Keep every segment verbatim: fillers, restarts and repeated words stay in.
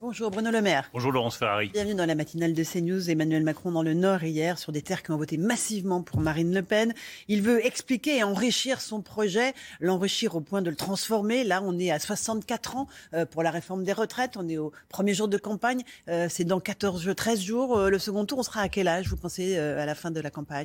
Bonjour Bruno Le Maire. Bonjour Laurence Ferrari. Bienvenue dans la matinale de CNews. Emmanuel Macron dans le Nord hier sur des terres qui ont voté massivement pour Marine Le Pen. Il veut expliquer et enrichir son projet, l'enrichir au point de le transformer. Là, on est à soixante-quatre ans pour la réforme des retraites. On est au premier jour de campagne. C'est dans quatorze, treize jours. Le second tour, on sera à quel âge, vous pensez, à la fin de la campagne ?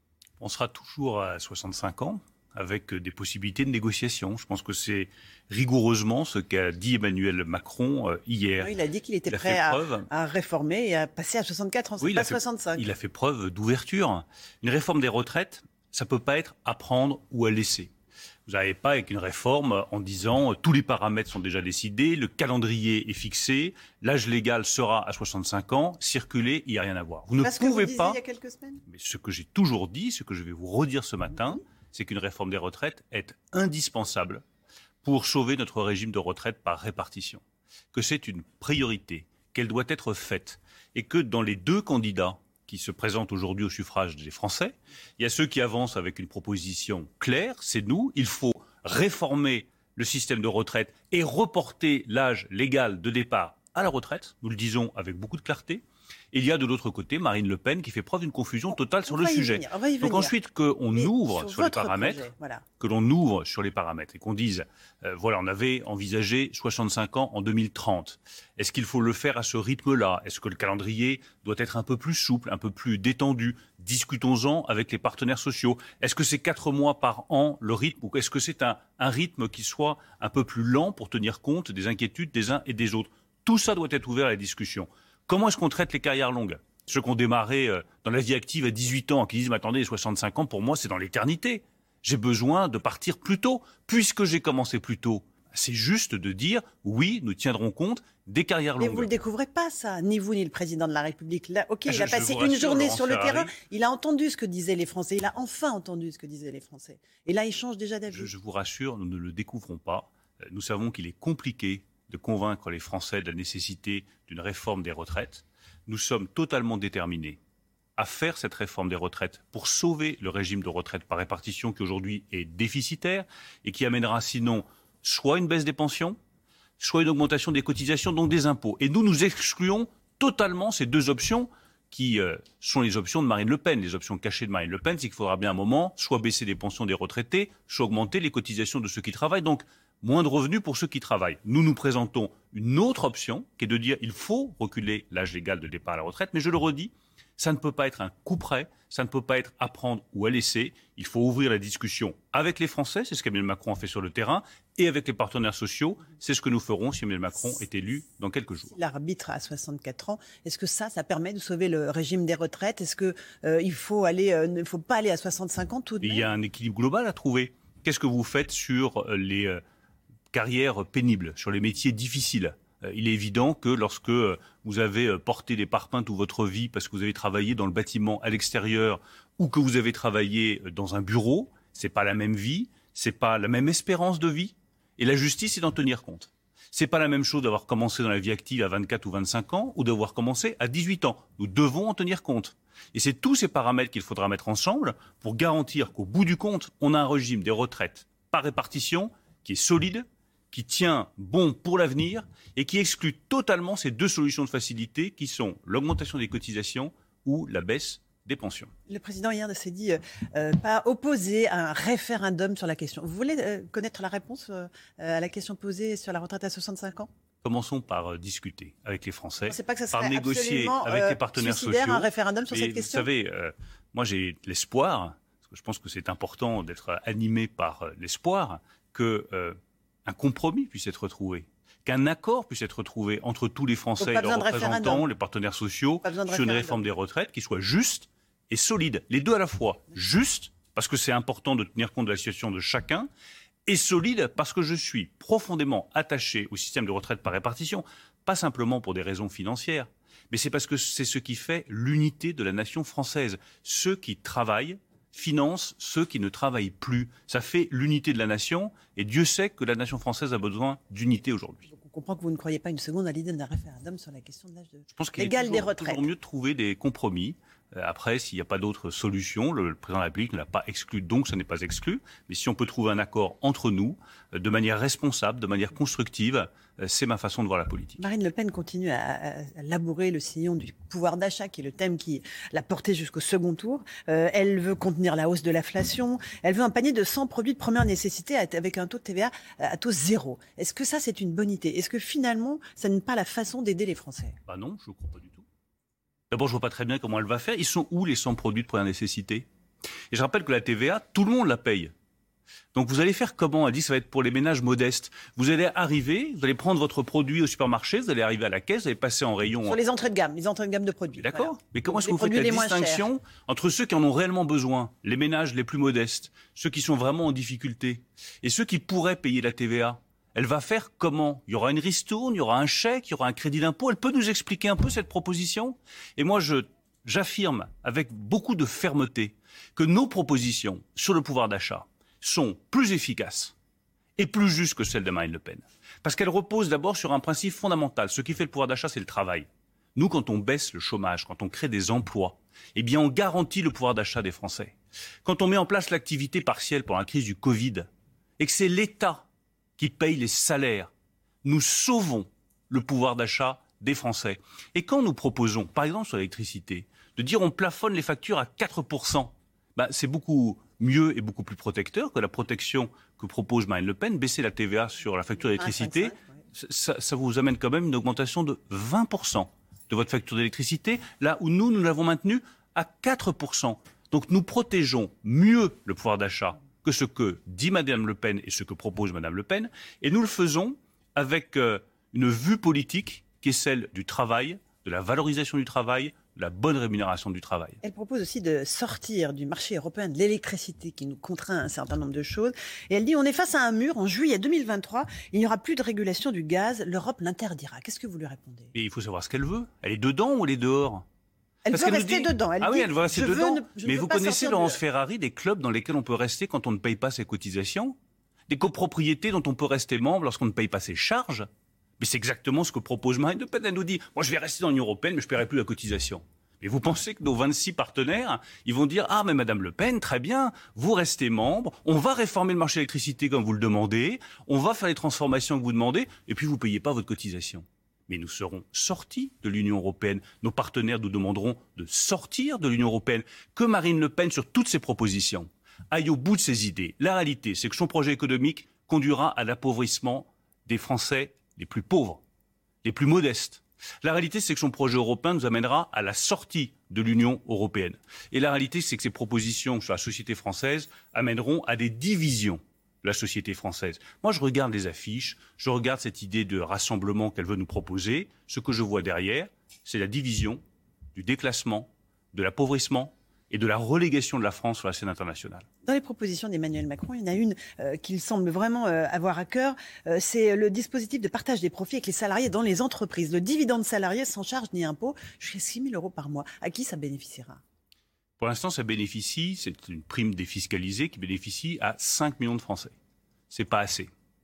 On sera toujours à soixante-cinq ans, avec des possibilités de négociation. Je pense que c'est rigoureusement ce qu'a dit Emmanuel Macron euh, hier. Oui, il a dit qu'il était il prêt à, à réformer et à passer à soixante-quatre ans, c'est oui, pas il fait, soixante-cinq. Il a fait preuve d'ouverture. Une réforme des retraites, ça ne peut pas être à prendre ou à laisser. Vous n'arrivez pas avec une réforme en disant euh, tous les paramètres sont déjà décidés, le calendrier est fixé, l'âge légal sera à soixante-cinq ans, circuler, il n'y a rien à voir. Vous Parce ne pouvez que vous pas. Il y a quelques semaines. Mais ce que j'ai toujours dit, ce que je vais vous redire ce matin, mmh. c'est qu'une réforme des retraites est indispensable pour sauver notre régime de retraite par répartition, que c'est une priorité, qu'elle doit être faite, et que dans les deux candidats qui se présentent aujourd'hui au suffrage des Français, il y a ceux qui avancent avec une proposition claire, c'est nous, il faut réformer le système de retraite et reporter l'âge légal de départ à la retraite, nous le disons avec beaucoup de clarté. Il y a de l'autre côté Marine Le Pen qui fait preuve d'une confusion totale sur le sujet. Donc ensuite qu'on ouvre sur, sur les paramètres, projet, voilà. que l'on ouvre sur les paramètres et qu'on dise, euh, voilà, on avait envisagé soixante-cinq ans en deux mille trente. Est-ce qu'il faut le faire à ce rythme-là ? Est-ce que le calendrier doit être un peu plus souple, un peu plus détendu ? Discutons-en avec les partenaires sociaux. Est-ce que c'est quatre mois par an le rythme ou est-ce que c'est un, un rythme qui soit un peu plus lent pour tenir compte des inquiétudes des uns et des autres ? Tout ça doit être ouvert à la discussion. Comment est-ce qu'on traite les carrières longues ? Ceux qui ont démarré dans la vie active à dix-huit ans, qui disent « mais attendez, soixante-cinq ans, pour moi, c'est dans l'éternité. J'ai besoin de partir plus tôt, puisque j'ai commencé plus tôt. » C'est juste de dire « oui, nous tiendrons compte des carrières longues. » Mais vous ne le découvrez pas, ça, ni vous ni le président de la République. Là, ok, je, il a passé une rassure, journée Laurence sur le Ferrari. terrain, il a entendu ce que disaient les Français, il a enfin entendu ce que disaient les Français. Et là, il change déjà d'avis. Je, je vous rassure, nous ne le découvrons pas. Nous savons qu'il est compliqué de convaincre les Français de la nécessité d'une réforme des retraites. Nous sommes totalement déterminés à faire cette réforme des retraites pour sauver le régime de retraite par répartition qui aujourd'hui est déficitaire et qui amènera sinon soit une baisse des pensions, soit une augmentation des cotisations, donc des impôts. Et nous, nous excluons totalement ces deux options qui euh, sont les options de Marine Le Pen. Les options cachées de Marine Le Pen, c'est qu'il faudra bien un moment soit baisser les pensions des retraités, soit augmenter les cotisations de ceux qui travaillent. Donc, moins de revenus pour ceux qui travaillent. Nous, nous présentons une autre option qui est de dire qu'il faut reculer l'âge légal de départ à la retraite. Mais je le redis, ça ne peut pas être un coup près, ça ne peut pas être à prendre ou à laisser. Il faut ouvrir la discussion avec les Français, c'est ce qu'Emmanuel Macron a fait sur le terrain, et avec les partenaires sociaux, c'est ce que nous ferons si Emmanuel Macron est élu dans quelques jours. L'arbitre à soixante-quatre ans, est-ce que ça, ça permet de sauver le régime des retraites ? Est-ce qu'il euh, il faut aller, euh, ne faut pas aller à soixante-cinq ans tout de même ? Il y a un équilibre global à trouver. Qu'est-ce que vous faites sur les euh, carrières pénibles, sur les métiers difficiles ? Il est évident que lorsque vous avez porté des parpaings toute votre vie parce que vous avez travaillé dans le bâtiment à l'extérieur ou que vous avez travaillé dans un bureau, c'est pas la même vie, c'est pas la même espérance de vie. Et la justice, c'est d'en tenir compte. C'est pas la même chose d'avoir commencé dans la vie active à vingt-quatre ou vingt-cinq ans ou d'avoir commencé à dix-huit ans. Nous devons en tenir compte. Et c'est tous ces paramètres qu'il faudra mettre ensemble pour garantir qu'au bout du compte, on a un régime des retraites par répartition qui est solide, qui tient bon pour l'avenir et qui exclut totalement ces deux solutions de facilité qui sont l'augmentation des cotisations ou la baisse des pensions. Le président hier s'est dit euh, pas opposé à un référendum sur la question. Vous voulez euh, connaître la réponse euh, à la question posée sur la retraite à soixante-cinq ans ? Commençons par euh, discuter avec les Français, pas que ça par négocier avec euh, les partenaires sociaux. Un référendum sur Mais cette question. Vous savez, euh, moi j'ai l'espoir, parce que je pense que c'est important d'être animé par euh, l'espoir, que euh, un compromis puisse être trouvé, qu'un accord puisse être trouvé entre tous les Français et leurs représentants, les partenaires sociaux, sur une réforme des retraites qui soit juste et solide. Les deux à la fois. Juste, parce que c'est important de tenir compte de la situation de chacun, et solide, parce que je suis profondément attaché au système de retraite par répartition, pas simplement pour des raisons financières, mais c'est parce que c'est ce qui fait l'unité de la nation française. Ceux qui travaillent finance ceux qui ne travaillent plus. Ça fait l'unité de la nation, et Dieu sait que la nation française a besoin d'unité aujourd'hui. Donc on comprend que vous ne croyez pas une seconde à l'idée d'un référendum sur la question de l'âge de... Je pense qu'il légal est toujours, des retraites. toujours mieux de trouver des compromis Après, s'il n'y a pas d'autre solution, le président de la République ne l'a pas exclu, donc ça n'est pas exclu. Mais si on peut trouver un accord entre nous, de manière responsable, de manière constructive, c'est ma façon de voir la politique. Marine Le Pen continue à, à labourer le sillon du pouvoir d'achat, qui est le thème qui l'a porté jusqu'au second tour. Euh, elle veut contenir la hausse de l'inflation. Elle veut un panier de cent produits de première nécessité avec un taux de T V A à taux zéro. Est-ce que ça, c'est une bonne idée? Est-ce que finalement, ça n'est pas la façon d'aider les Français? Bah non, je ne crois pas du tout. D'abord, je ne vois pas très bien comment elle va faire. Ils sont où les cent produits de première nécessité? Et je rappelle que la T V A, tout le monde la paye. Donc vous allez faire comment? Elle dit que ça va être pour les ménages modestes. Vous allez arriver, vous allez prendre votre produit au supermarché, vous allez arriver à la caisse, vous allez passer en rayon... Sur les entrées de gamme, les entrées de gamme de produits. D'accord. Voilà. Mais comment est-ce que vous faites la distinction entre ceux qui en ont réellement besoin, les ménages les plus modestes, ceux qui sont vraiment en difficulté, et ceux qui pourraient payer la T V A? Elle va faire comment? Il y aura une ristourne, il y aura un chèque, il y aura un crédit d'impôt. Elle peut nous expliquer un peu cette proposition? Et moi, je, j'affirme avec beaucoup de fermeté que nos propositions sur le pouvoir d'achat sont plus efficaces et plus justes que celles de Marine Le Pen. Parce qu'elles reposent d'abord sur un principe fondamental. Ce qui fait le pouvoir d'achat, c'est le travail. Nous, quand on baisse le chômage, quand on crée des emplois, eh bien, on garantit le pouvoir d'achat des Français. Quand on met en place l'activité partielle pendant la crise du Covid et que c'est l'État qui paye les salaires, nous sauvons le pouvoir d'achat des Français. Et quand nous proposons, par exemple sur l'électricité, de dire on plafonne les factures à quatre pour cent, ben c'est beaucoup mieux et beaucoup plus protecteur que la protection que propose Marine Le Pen. Baisser la T V A sur la facture d'électricité, ça, ça vous amène quand même une augmentation de vingt pour cent de votre facture d'électricité, là où nous, nous l'avons maintenue à quatre pour cent. Donc nous protégeons mieux le pouvoir d'achat que ce que dit Madame Le Pen et ce que propose Madame Le Pen. Et nous le faisons avec euh, une vue politique qui est celle du travail, de la valorisation du travail, de la bonne rémunération du travail. Elle propose aussi de sortir du marché européen de l'électricité qui nous contraint à un certain nombre de choses. Et elle dit on est face à un mur. En juillet deux mille vingt-trois, il n'y aura plus de régulation du gaz. L'Europe l'interdira. Qu'est-ce que vous lui répondez? Et il faut savoir ce qu'elle veut. Elle est dedans ou elle est dehors? Elle Parce veut rester dit... dedans. Elle ah dit, oui, elle veut rester dedans. Ne, Mais vous connaissez, Laurence de... Ferrari, des clubs dans lesquels on peut rester quand on ne paye pas ses cotisations? Des copropriétés dont on peut rester membre lorsqu'on ne paye pas ses charges? Mais c'est exactement ce que propose Marine Le Pen. Elle nous dit, moi je vais rester dans l'Union européenne, mais je ne paierai plus la cotisation. Mais vous pensez que nos vingt-six partenaires, ils vont dire, ah mais Madame Le Pen, très bien, vous restez membre, on va réformer le marché de l'électricité comme vous le demandez, on va faire les transformations que vous demandez, et puis vous ne payez pas votre cotisation. Mais nous serons sortis de l'Union européenne. Nos partenaires nous demanderont de sortir de l'Union européenne. Que Marine Le Pen, sur toutes ses propositions, aille au bout de ses idées. La réalité, c'est que son projet économique conduira à l'appauvrissement des Français les plus pauvres, les plus modestes. La réalité, c'est que son projet européen nous amènera à la sortie de l'Union européenne. Et la réalité, c'est que ses propositions sur la société française amèneront à des divisions de la société française. Moi, je regarde les affiches, je regarde cette idée de rassemblement qu'elle veut nous proposer. Ce que je vois derrière, c'est la division, du déclassement, de l'appauvrissement et de la relégation de la France sur la scène internationale. Dans les propositions d'Emmanuel Macron, il y en a une euh, qu'il semble vraiment euh, avoir à cœur. Euh, c'est le dispositif de partage des profits avec les salariés dans les entreprises. Le dividende salarié sans charge ni impôt, jusqu'à six mille euros par mois. À qui ça bénéficiera? Pour l'instant, ça bénéficie, c'est une prime défiscalisée qui bénéficie à cinq millions de Français. C'est pas assez.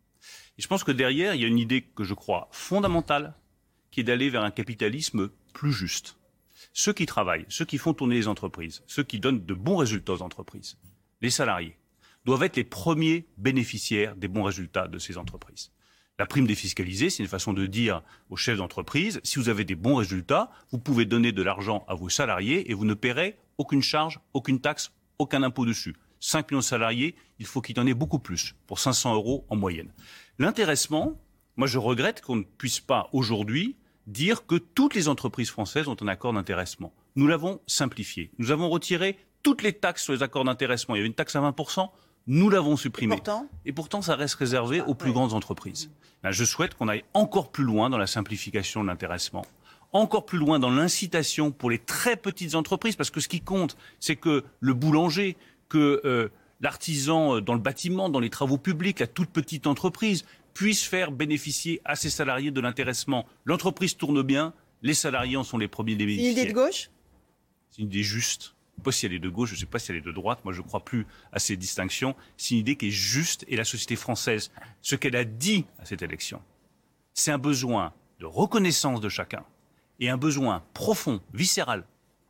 Et je pense que derrière, il y a une idée que je crois fondamentale, qui est d'aller vers un capitalisme plus juste. Ceux qui travaillent, ceux qui font tourner les entreprises, ceux qui donnent de bons résultats aux entreprises, les salariés, doivent être les premiers bénéficiaires des bons résultats de ces entreprises. La prime défiscalisée, c'est une façon de dire aux chefs d'entreprise, si vous avez des bons résultats, vous pouvez donner de l'argent à vos salariés et vous ne paierez aucune charge, aucune taxe, aucun impôt dessus. cinq millions de salariés, il faut qu'il y en ait beaucoup plus, pour cinq cents euros en moyenne. L'intéressement, moi je regrette qu'on ne puisse pas aujourd'hui dire que toutes les entreprises françaises ont un accord d'intéressement. Nous l'avons simplifié. Nous avons retiré toutes les taxes sur les accords d'intéressement. Il y avait une taxe à vingt pour cent, nous l'avons supprimée. Et pourtant, Et pourtant ça reste réservé ah, aux plus ouais. grandes entreprises. Là, je souhaite qu'on aille encore plus loin dans la simplification de l'intéressement, encore plus loin dans l'incitation pour les très petites entreprises, parce que ce qui compte, c'est que le boulanger, que euh, l'artisan dans le bâtiment, dans les travaux publics, la toute petite entreprise, puisse faire bénéficier à ses salariés de l'intéressement. L'entreprise tourne bien, les salariés en sont les premiers bénéficiaires. C'est une idée de gauche? C'est une idée juste. Je ne sais pas si elle est de gauche, je ne sais pas si elle est de droite. Moi, je ne crois plus à ces distinctions. C'est une idée qui est juste. Et la société française, ce qu'elle a dit à cette élection, c'est un besoin de reconnaissance de chacun et un besoin profond, viscéral,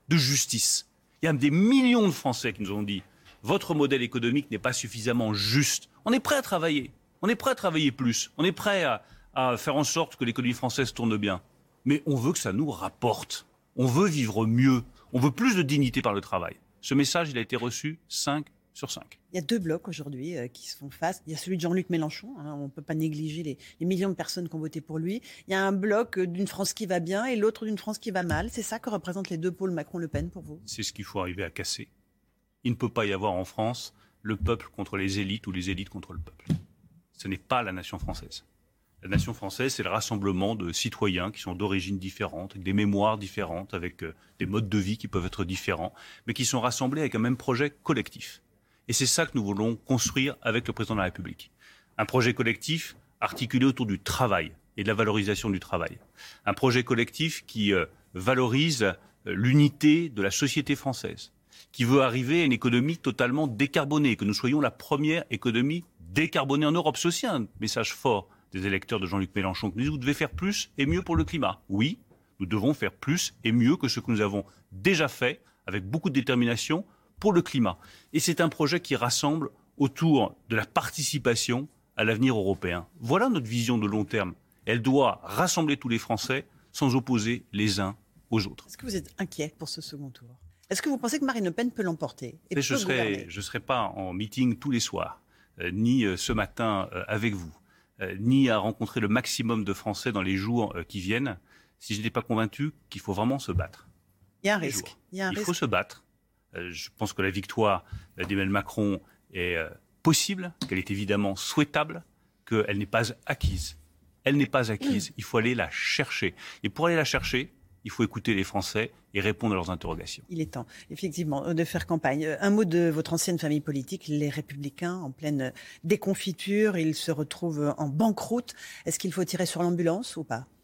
de justice. Il y a des millions de Français qui nous ont dit « Votre modèle économique n'est pas suffisamment juste ». On est prêt à travailler. On est prêt à travailler plus. On est prêt à, à faire en sorte que l'économie française tourne bien. Mais on veut que ça nous rapporte. On veut vivre mieux. On veut plus de dignité par le travail. Ce message, il a été reçu cinq sur cinq. Il y a deux blocs aujourd'hui euh, qui se font face. Il y a celui de Jean-Luc Mélenchon. Hein, on ne peut pas négliger les, les millions de personnes qui ont voté pour lui. Il y a un bloc euh, d'une France qui va bien et l'autre d'une France qui va mal. C'est ça que représentent les deux pôles Macron-Le Pen pour vous? C'est ce qu'il faut arriver à casser. Il ne peut pas y avoir en France le peuple contre les élites ou les élites contre le peuple. Ce n'est pas la nation française. La nation française, c'est le rassemblement de citoyens qui sont d'origines différentes, avec des mémoires différentes, avec euh, des modes de vie qui peuvent être différents, mais qui sont rassemblés avec un même projet collectif. Et c'est ça que nous voulons construire avec le président de la République. Un projet collectif articulé autour du travail et de la valorisation du travail. Un projet collectif qui euh, valorise euh, l'unité de la société française, qui veut arriver à une économie totalement décarbonée, que nous soyons la première économie décarbonée en Europe. C'est aussi un message fort des électeurs de Jean-Luc Mélenchon, que nous disons, vous devez faire plus et mieux pour le climat. Oui, nous devons faire plus et mieux que ce que nous avons déjà fait, avec beaucoup de détermination, pour le climat. Et c'est un projet qui rassemble autour de la participation à l'avenir européen. Voilà notre vision de long terme. Elle doit rassembler tous les Français sans opposer les uns aux autres. Est-ce que vous êtes inquiet pour ce second tour? Est-ce que vous pensez que Marine Le Pen peut l'emporter et Je ne serai, je serai pas en meeting tous les soirs, euh, ni euh, ce matin euh, avec vous, euh, ni à rencontrer le maximum de Français dans les jours euh, qui viennent, si je n'étais pas convaincu qu'il faut vraiment se battre. Il y a un risque. Il, y a un Il risque. faut se battre. Je pense que la victoire d'Emmanuel Macron est possible, qu'elle est évidemment souhaitable, qu'elle n'est pas acquise. Elle n'est pas acquise, il faut aller la chercher. Et pour aller la chercher, il faut écouter les Français et répondre à leurs interrogations. Il est temps, effectivement, de faire campagne. Un mot de votre ancienne famille politique, les Républicains, en pleine déconfiture. Ils se retrouvent en banqueroute. Est-ce qu'il faut tirer sur l'ambulance ou pas?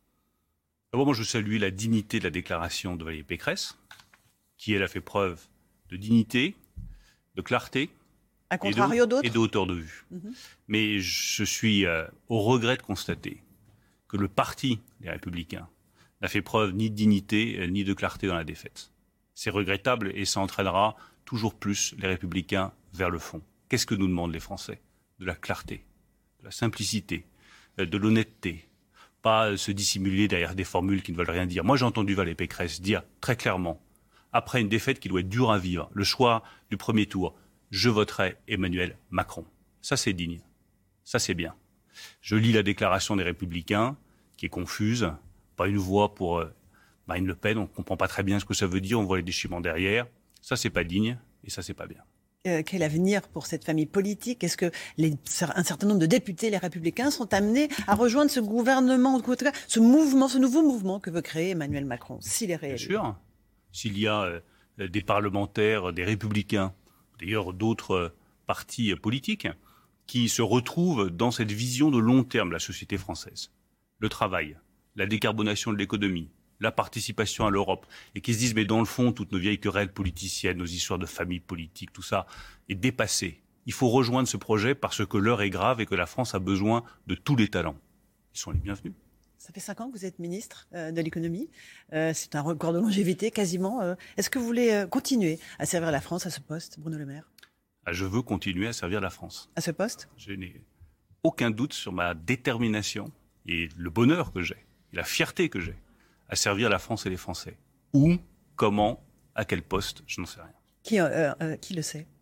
D'abord, moi, je salue la dignité de la déclaration de Valérie Pécresse, qui, elle, a fait preuve de dignité, de clarté à contrario d'autres et de hauteur de vue. Mm-hmm. Mais je suis euh, au regret de constater que le parti des Républicains n'a fait preuve ni de dignité euh, ni de clarté dans la défaite. C'est regrettable et ça entraînera toujours plus les Républicains vers le fond. Qu'est-ce que nous demandent les Français? De la clarté, de la simplicité, euh, de l'honnêteté. Pas euh, se dissimuler derrière des formules qui ne veulent rien dire. Moi, j'ai entendu Valérie Pécresse dire très clairement, après une défaite qui doit être dure à vivre, le choix du premier tour, je voterai Emmanuel Macron. Ça, c'est digne. Ça, c'est bien. Je lis la déclaration des Républicains, qui est confuse. Pas une voix pour euh, Marine Le Pen, on ne comprend pas très bien ce que ça veut dire, on voit les déchirements derrière. Ça, c'est pas digne, et ça, c'est pas bien. Euh, quel avenir pour cette famille politique? Est-ce que les, un certain nombre de députés, les Républicains, sont amenés à rejoindre ce gouvernement, ce mouvement, ce nouveau mouvement que veut créer Emmanuel Macron, s'il est réélu? Bien sûr. S'il y a euh, des parlementaires, des Républicains, d'ailleurs d'autres euh, partis euh, politiques, qui se retrouvent dans cette vision de long terme de la société française. Le travail, la décarbonation de l'économie, la participation à l'Europe, et qui se disent, mais dans le fond, toutes nos vieilles querelles politiciennes, nos histoires de famille politique, tout ça est dépassé. Il faut rejoindre ce projet parce que l'heure est grave et que la France a besoin de tous les talents. Ils sont les bienvenus. Ça fait cinq ans que vous êtes ministre euh, de l'économie. Euh, c'est un record de longévité quasiment. Euh, est-ce que vous voulez euh, continuer à servir la France à ce poste, Bruno Le Maire? Ah, je veux continuer à servir la France. À ce poste? Je n'ai aucun doute sur ma détermination et le bonheur que j'ai, et la fierté que j'ai à servir la France et les Français. Où, comment, à quel poste, je n'en sais rien. Qui, euh, euh, qui le sait?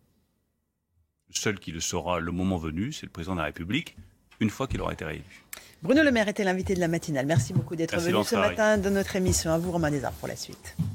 Le seul qui le saura le moment venu, c'est le président de la République, une fois qu'il aura été réélu. Bruno Le Maire était l'invité de la matinale. Merci beaucoup d'être venu ce matin dans notre émission. À vous, Romain Desarts, pour la suite.